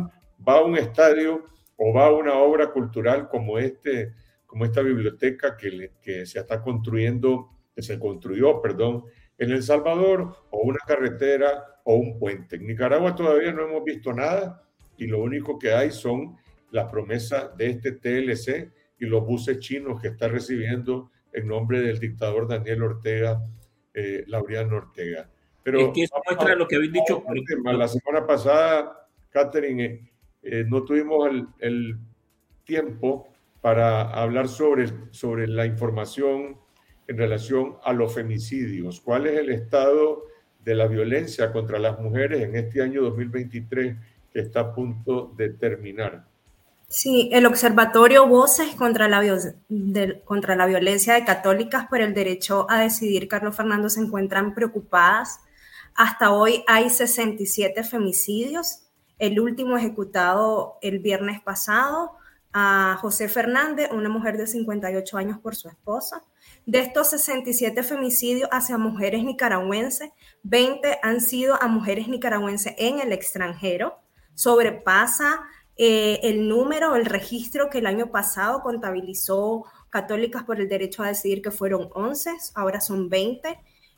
va a un estadio o va a una obra cultural como, este, como esta biblioteca que, que se está construyendo, que se construyó, perdón, en El Salvador, o una carretera o un puente. En Nicaragua todavía no hemos visto nada y lo único que hay son las promesas de este T L C y los buses chinos que está recibiendo en nombre del dictador Daniel Ortega, eh, Laureano Ortega. Pero es que eso muestra lo que habéis dicho. La semana pasada, Catherine, eh, eh, no tuvimos el, el tiempo para hablar sobre, sobre la información en relación a los femicidios. ¿Cuál es el estado de la violencia contra las mujeres en este año dos mil veintitrés que está a punto de terminar? Sí, el Observatorio Voces contra la, de, contra la Violencia de Católicas por el Derecho a Decidir, Carlos Fernando, se encuentran preocupadas. Hasta hoy hay sesenta y siete femicidios. El último ejecutado el viernes pasado a José Fernández, una mujer de cincuenta y ocho años, por su esposa. De estos sesenta y siete femicidios hacia mujeres nicaragüenses, veinte han sido a mujeres nicaragüenses en el extranjero. Sobrepasa eh, el número, el registro que el año pasado contabilizó Católicas por el Derecho a Decidir, que fueron once, ahora son veinte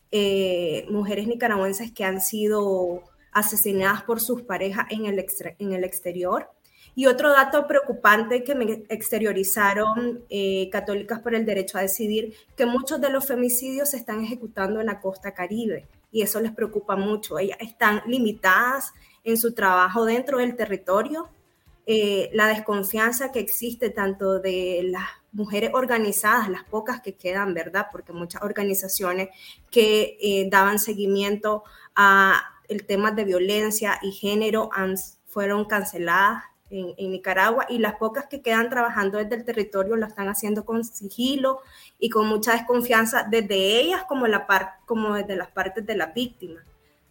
eh, mujeres nicaragüenses que han sido asesinadas por sus parejas en el, extra, en el exterior. Y otro dato preocupante que me exteriorizaron eh, Católicas por el Derecho a Decidir, que muchos de los femicidios se están ejecutando en la costa Caribe, y eso les preocupa mucho. Ellas están limitadas en su trabajo dentro del territorio. Eh, la desconfianza que existe tanto de las mujeres organizadas, las pocas que quedan, ¿verdad? Porque muchas organizaciones que eh, daban seguimiento a el tema de violencia y género han, fueron canceladas en, en Nicaragua, y las pocas que quedan trabajando desde el territorio lo están haciendo con sigilo y con mucha desconfianza desde ellas como, la par, como desde las partes de la víctima.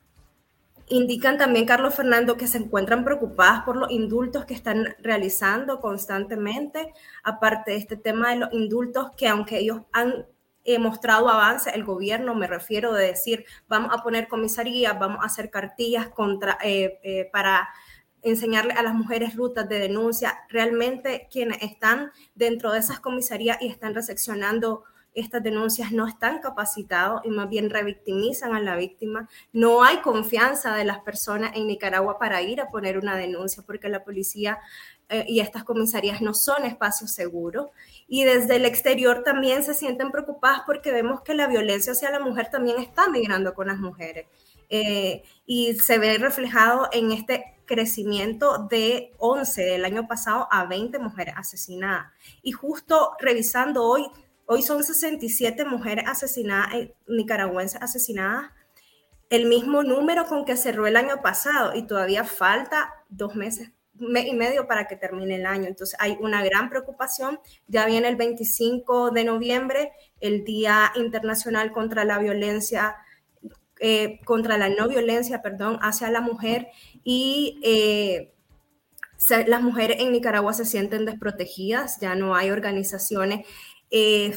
Indican también, Carlos Fernando, que se encuentran preocupadas por los indultos que están realizando constantemente, aparte de este tema de los indultos, que aunque ellos han eh, mostrado avance, el gobierno, me refiero de decir, vamos a poner comisarías, vamos a hacer cartillas contra, eh, eh, para enseñarle a las mujeres rutas de denuncia. Realmente quienes están dentro de esas comisarías y están recepcionando estas denuncias no están capacitados y más bien revictimizan a la víctima. No hay confianza de las personas en Nicaragua para ir a poner una denuncia, porque la policía eh, y estas comisarías no son espacios seguros. Y desde el exterior también se sienten preocupadas porque vemos que la violencia hacia la mujer también está migrando con las mujeres. Eh, y se ve reflejado en este crecimiento de once del año pasado a veinte mujeres asesinadas. Y justo revisando hoy, Hoy son sesenta y siete mujeres asesinadas, eh, nicaragüenses asesinadas, el mismo número con que cerró el año pasado, y todavía falta dos meses mes y medio para que termine el año. Entonces hay una gran preocupación. Ya viene el veinticinco de noviembre, el Día Internacional contra la Violencia, eh, contra la no violencia, perdón, hacia la mujer, y eh, se, las mujeres en Nicaragua se sienten desprotegidas. Ya no hay organizaciones Eh,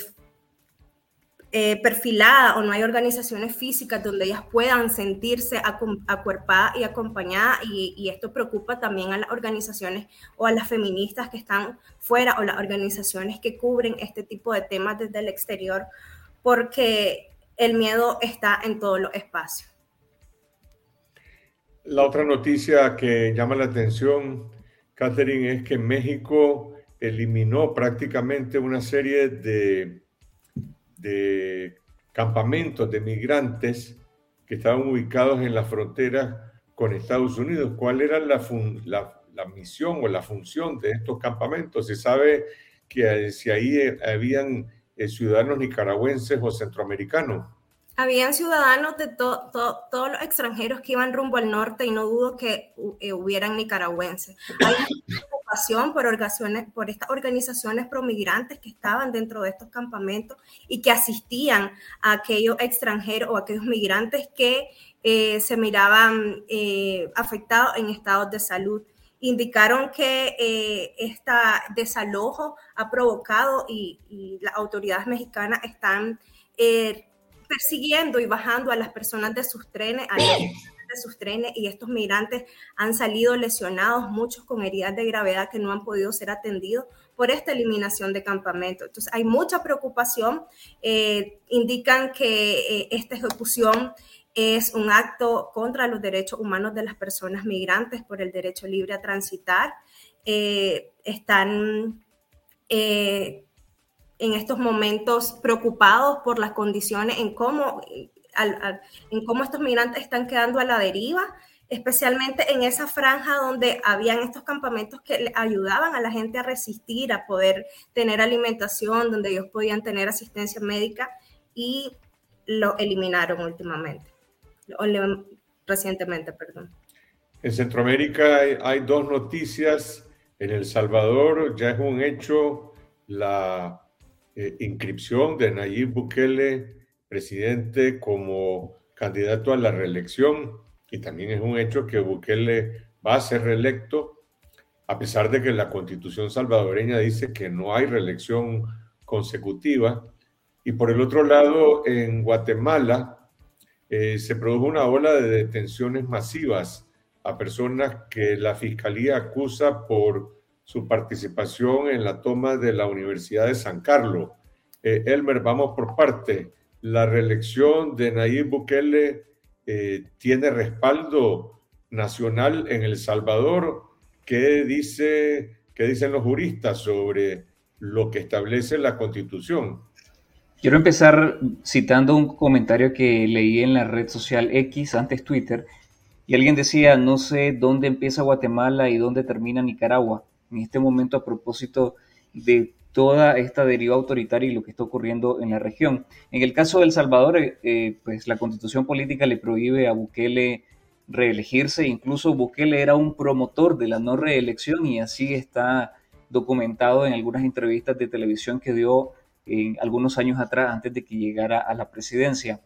eh, perfilada, o no hay organizaciones físicas donde ellas puedan sentirse acu- acuerpadas y acompañadas, y, y esto preocupa también a las organizaciones o a las feministas que están fuera, o las organizaciones que cubren este tipo de temas desde el exterior, porque el miedo está en todos los espacios. La otra noticia que llama la atención, Catherine, es que México eliminó prácticamente una serie de, de campamentos de migrantes que estaban ubicados en la frontera con Estados Unidos. ¿Cuál era la, fun, la, la misión o la función de estos campamentos? Se sabe que si ahí habían eh, ciudadanos nicaragüenses o centroamericanos. Habían ciudadanos de to, to, todos los extranjeros que iban rumbo al norte, y no dudo que eh, hubieran nicaragüenses. Hay una preocupación por, organizaciones, por estas organizaciones promigrantes que estaban dentro de estos campamentos y que asistían a aquellos extranjeros o a aquellos migrantes que eh, se miraban eh, afectados en estados de salud. Indicaron que eh, este desalojo ha provocado, y, y las autoridades mexicanas están Eh, persiguiendo y bajando a las personas de sus trenes, a los de sus trenes y estos migrantes han salido lesionados, muchos con heridas de gravedad que no han podido ser atendidos por esta eliminación de campamentos. Entonces hay mucha preocupación, eh, indican que eh, esta ejecución es un acto contra los derechos humanos de las personas migrantes por el derecho libre a transitar. Eh, están eh, en estos momentos preocupados por las condiciones en cómo, al, al, en cómo estos migrantes están quedando a la deriva, especialmente en esa franja donde habían estos campamentos que le ayudaban a la gente a resistir, a poder tener alimentación, donde ellos podían tener asistencia médica, y lo eliminaron últimamente. O recientemente, perdón. En Centroamérica hay, hay dos noticias. En El Salvador ya es un hecho la eh, inscripción de Nayib Bukele, presidente, como candidato a la reelección, y también es un hecho que Bukele va a ser reelecto, a pesar de que la Constitución salvadoreña dice que no hay reelección consecutiva. Y por el otro lado, en Guatemala, Eh, se produjo una ola de detenciones masivas a personas que la Fiscalía acusa por su participación en la toma de la Universidad de San Carlos. Eh, Elmer, vamos por parte. ¿La reelección de Nayib Bukele eh, tiene respaldo nacional en El Salvador? ¿Qué dice, qué dicen los juristas sobre lo que establece la Constitución? Quiero empezar citando un comentario que leí en la red social X, antes Twitter, y alguien decía, no sé dónde empieza Guatemala y dónde termina Nicaragua. En este momento, a propósito de toda esta deriva autoritaria y lo que está ocurriendo en la región. En el caso de El Salvador, eh, pues la constitución política le prohíbe a Bukele reelegirse. Incluso Bukele era un promotor de la no reelección y así está documentado en algunas entrevistas de televisión que dio en algunos años atrás, antes de que llegara a la presidencia.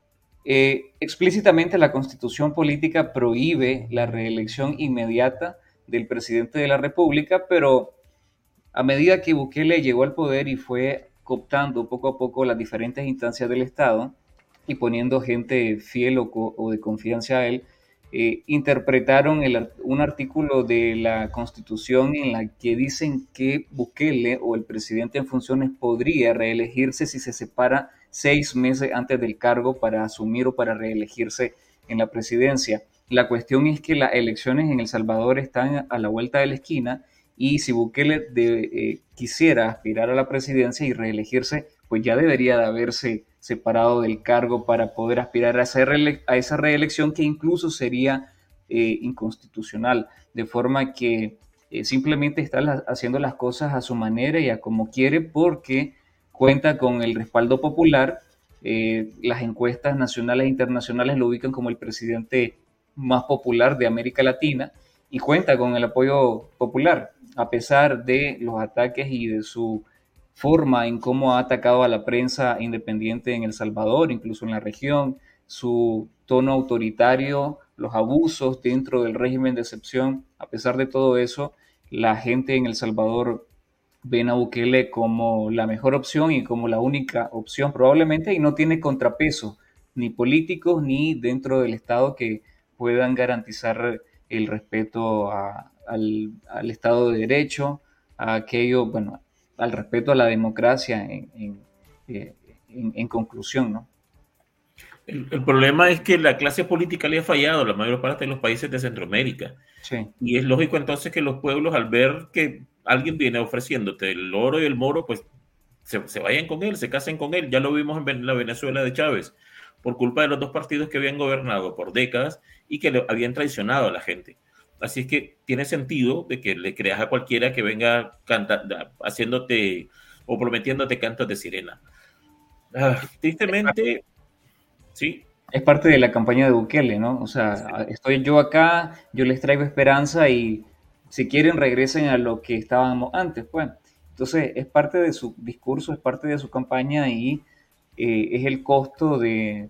Eh, explícitamente la Constitución política prohíbe la reelección inmediata del presidente de la República, pero a medida que Bukele llegó al poder y fue cooptando poco a poco las diferentes instancias del Estado y poniendo gente fiel o, o de confianza a él, eh, interpretaron el, un artículo de la Constitución en la que dicen que Bukele o el presidente en funciones podría reelegirse si se separa seis meses antes del cargo para asumir o para reelegirse en la presidencia. La cuestión es que las elecciones en El Salvador están a la vuelta de la esquina y si Bukele de, eh, quisiera aspirar a la presidencia y reelegirse, pues ya debería de haberse separado del cargo para poder aspirar a esa, reele- a esa reelección, que incluso sería eh, inconstitucional, de forma que eh, simplemente está la, haciendo las cosas a su manera y a como quiere, porque cuenta con el respaldo popular. Eh, las encuestas nacionales e internacionales lo ubican como el presidente más popular de América Latina y cuenta con el apoyo popular, a pesar de los ataques y de su forma en cómo ha atacado a la prensa independiente en El Salvador, incluso en la región, su tono autoritario, los abusos dentro del régimen de excepción. A pesar de todo eso, la gente en El Salvador ven a Bukele como la mejor opción y como la única opción probablemente, y no tiene contrapeso ni políticos ni dentro del Estado que puedan garantizar el respeto a, al, al Estado de Derecho, a aquello, bueno, al respeto a la democracia en, en, en, en conclusión, ¿no? El, el problema es que la clase política le ha fallado a la mayor parte de los países de Centroamérica. Sí. Y es lógico entonces que los pueblos, al ver que alguien viene ofreciéndote el oro y el moro, pues se, se vayan con él, se casen con él. Ya lo vimos en la Venezuela de Chávez, por culpa de los dos partidos que habían gobernado por décadas y que le habían traicionado a la gente. Así es que tiene sentido de que le creas a cualquiera que venga canta, haciéndote o prometiéndote cantos de sirena. Ah, tristemente, sí. Es parte de la campaña de Bukele, ¿no? O sea, estoy yo acá, yo les traigo esperanza y si quieren regresen a lo que estábamos antes, pues. Entonces, es parte de su discurso, es parte de su campaña y eh, es el costo de...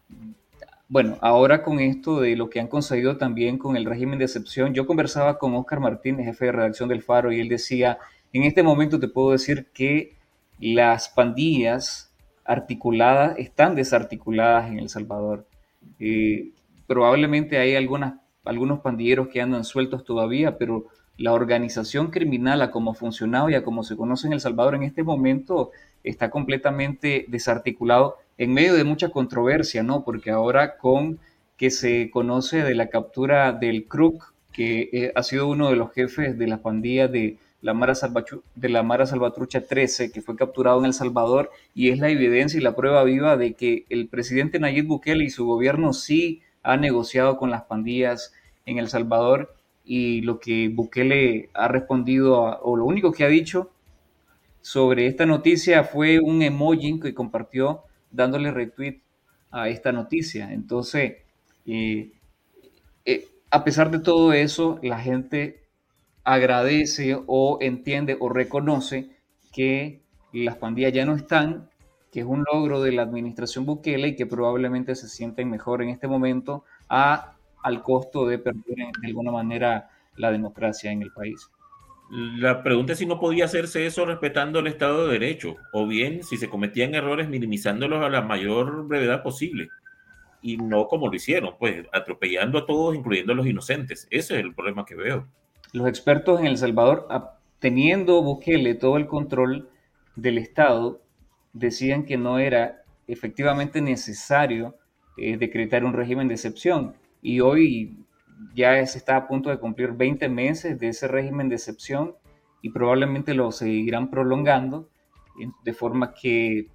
Bueno, ahora con esto de lo que han conseguido también con el régimen de excepción, yo conversaba con Óscar Martínez, jefe de redacción del Faro, y él decía, en este momento te puedo decir que las pandillas articuladas están desarticuladas en El Salvador. Eh, probablemente hay algunas, algunos pandilleros que andan sueltos todavía, pero la organización criminal a como funcionaba y a como se conoce en El Salvador en este momento está completamente desarticulado en medio de mucha controversia, ¿no? Porque ahora con que se conoce de la captura del Crook, que eh, ha sido uno de los jefes de la pandilla de la Mara, Salvachu, de la Mara Salvatrucha trece, que fue capturado en El Salvador, y es la evidencia y la prueba viva de que el presidente Nayib Bukele y su gobierno sí ha negociado con las pandillas en El Salvador, y lo que Bukele ha respondido, a, o lo único que ha dicho sobre esta noticia fue un emoji que compartió dándole retweet a esta noticia. Entonces, eh, eh, a pesar de todo eso, la gente agradece o entiende o reconoce que las pandillas ya no están, que es un logro de la administración Bukele y que probablemente se sienten mejor en este momento a, al costo de perder de alguna manera la democracia en el país. La pregunta es si no podía hacerse eso respetando el Estado de Derecho, o bien si se cometían errores minimizándolos a la mayor brevedad posible, y no como lo hicieron, pues atropellando a todos, incluyendo a los inocentes. Ese es el problema que veo. Los expertos en El Salvador, teniendo Bukele todo el control del Estado, decían que no era efectivamente necesario eh, decretar un régimen de excepción, y hoy ya se está a punto de cumplir veinte meses de ese régimen de excepción y probablemente lo seguirán prolongando de forma que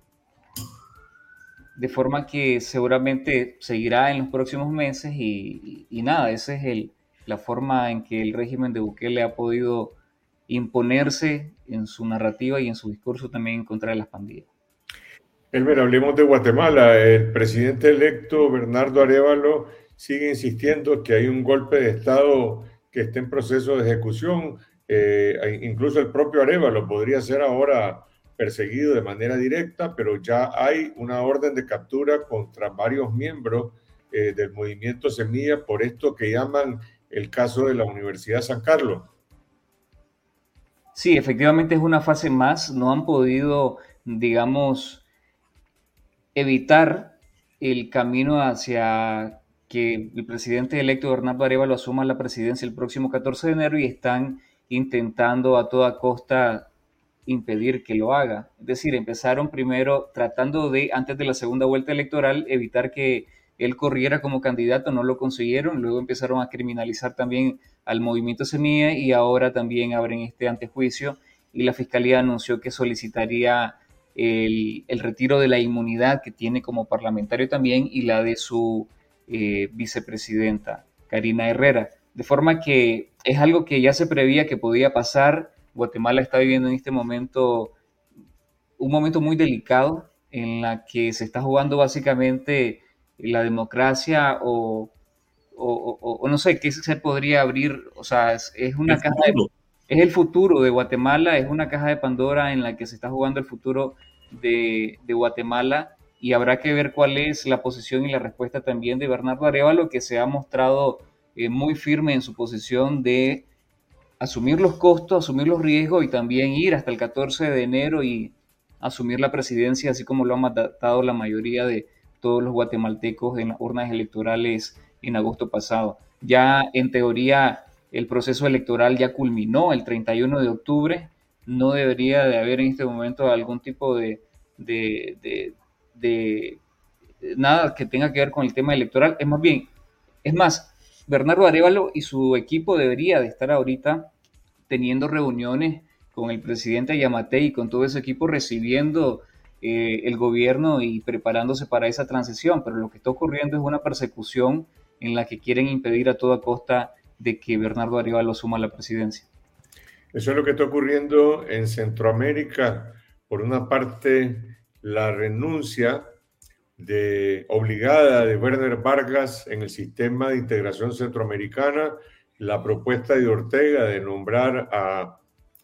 de forma que seguramente seguirá en los próximos meses y, y, y nada, esa es el, la forma en que el régimen de Bukele ha podido imponerse en su narrativa y en su discurso también en contra de las pandillas. Elmer, hablemos de Guatemala. El presidente electo Bernardo Arévalo sigue insistiendo que hay un golpe de Estado que está en proceso de ejecución. Eh, incluso el propio Arévalo podría ser ahora perseguido de manera directa, pero ya hay una orden de captura contra varios miembros eh, del movimiento Semilla por esto que llaman el caso de la Universidad San Carlos. Sí, efectivamente es una fase más. No han podido, digamos, evitar el camino hacia que el presidente electo Bernardo Arévalo asuma la presidencia el próximo catorce de enero y están intentando a toda costa impedir que lo haga. Es decir, empezaron primero tratando de, antes de la segunda vuelta electoral, evitar que él corriera como candidato, no lo consiguieron, luego empezaron a criminalizar también al movimiento Semilla y ahora también abren este antejuicio y la Fiscalía anunció que solicitaría el, el retiro de la inmunidad que tiene como parlamentario también y la de su eh, vicepresidenta, Karina Herrera. De forma que es algo que ya se prevía que podía pasar. Guatemala está viviendo en este momento un momento muy delicado en la que se está jugando básicamente la democracia o, o, o, o no sé, qué se podría abrir, o sea, es, es una caja de, es el futuro de Guatemala, es una caja de Pandora en la que se está jugando el futuro de, de Guatemala y habrá que ver cuál es la posición y la respuesta también de Bernardo Arévalo, que se ha mostrado eh, muy firme en su posición de asumir los costos, asumir los riesgos y también ir hasta el catorce de enero y asumir la presidencia, así como lo han mandatado la mayoría de todos los guatemaltecos en las urnas electorales en agosto pasado. Ya en teoría el proceso electoral ya culminó el treinta y uno de octubre, no debería de haber en este momento algún tipo de, de, de, de, de nada que tenga que ver con el tema electoral. Es más bien, es más, Bernardo Arévalo y su equipo debería de estar ahorita teniendo reuniones con el presidente Yamatei y con todo ese equipo recibiendo eh, el gobierno y preparándose para esa transición, pero lo que está ocurriendo es una persecución en la que quieren impedir a toda costa de que Bernardo Arévalo asuma la presidencia. Eso es lo que está ocurriendo en Centroamérica. Por una parte, la renuncia de, obligada de Werner Vargas en el sistema de integración centroamericana, la propuesta de Ortega de nombrar a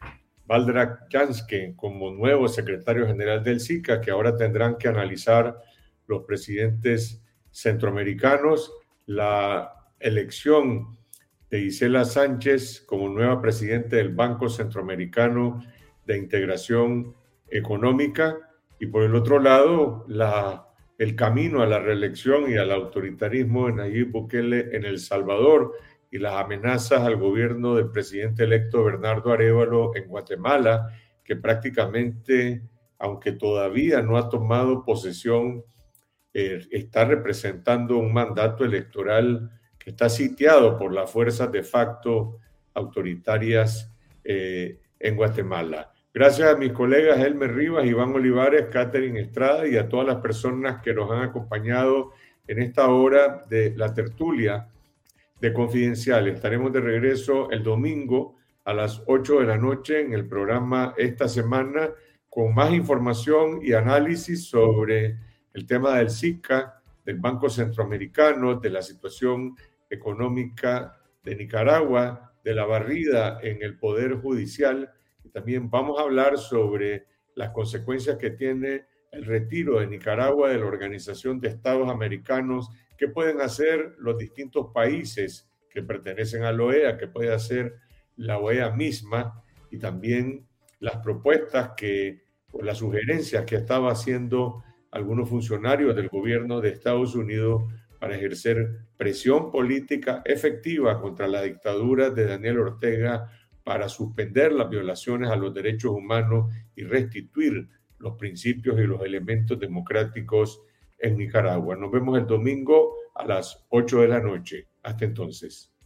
Valdrak Jansken como nuevo secretario general del SICA, que ahora tendrán que analizar los presidentes centroamericanos, la elección de Gisela Sánchez como nueva presidenta del Banco Centroamericano de Integración Económica y por el otro lado la el camino a la reelección y al autoritarismo de Nayib Bukele en El Salvador y las amenazas al gobierno del presidente electo Bernardo Arévalo en Guatemala, que prácticamente, aunque todavía no ha tomado posesión, eh, está representando un mandato electoral que está sitiado por las fuerzas de facto autoritarias eh, en Guatemala. Gracias a mis colegas Elmer Rivas, Iván Olivares, Catherine Estrada y a todas las personas que nos han acompañado en esta hora de la tertulia de Confidencial. Estaremos de regreso el domingo a las ocho de la noche en el programa Esta Semana con más información y análisis sobre el tema del SICA, del Banco Centroamericano, de la situación económica de Nicaragua, de la barrida en el Poder Judicial. Y también vamos a hablar sobre las consecuencias que tiene el retiro de Nicaragua de la Organización de Estados Americanos, qué pueden hacer los distintos países que pertenecen a la O E A, qué puede hacer la O E A misma, y también las propuestas que, o las sugerencias que estaba haciendo algunos funcionarios del gobierno de Estados Unidos para ejercer presión política efectiva contra la dictadura de Daniel Ortega para suspender las violaciones a los derechos humanos y restituir los principios y los elementos democráticos en Nicaragua. Nos vemos el domingo a las ocho de la noche. Hasta entonces.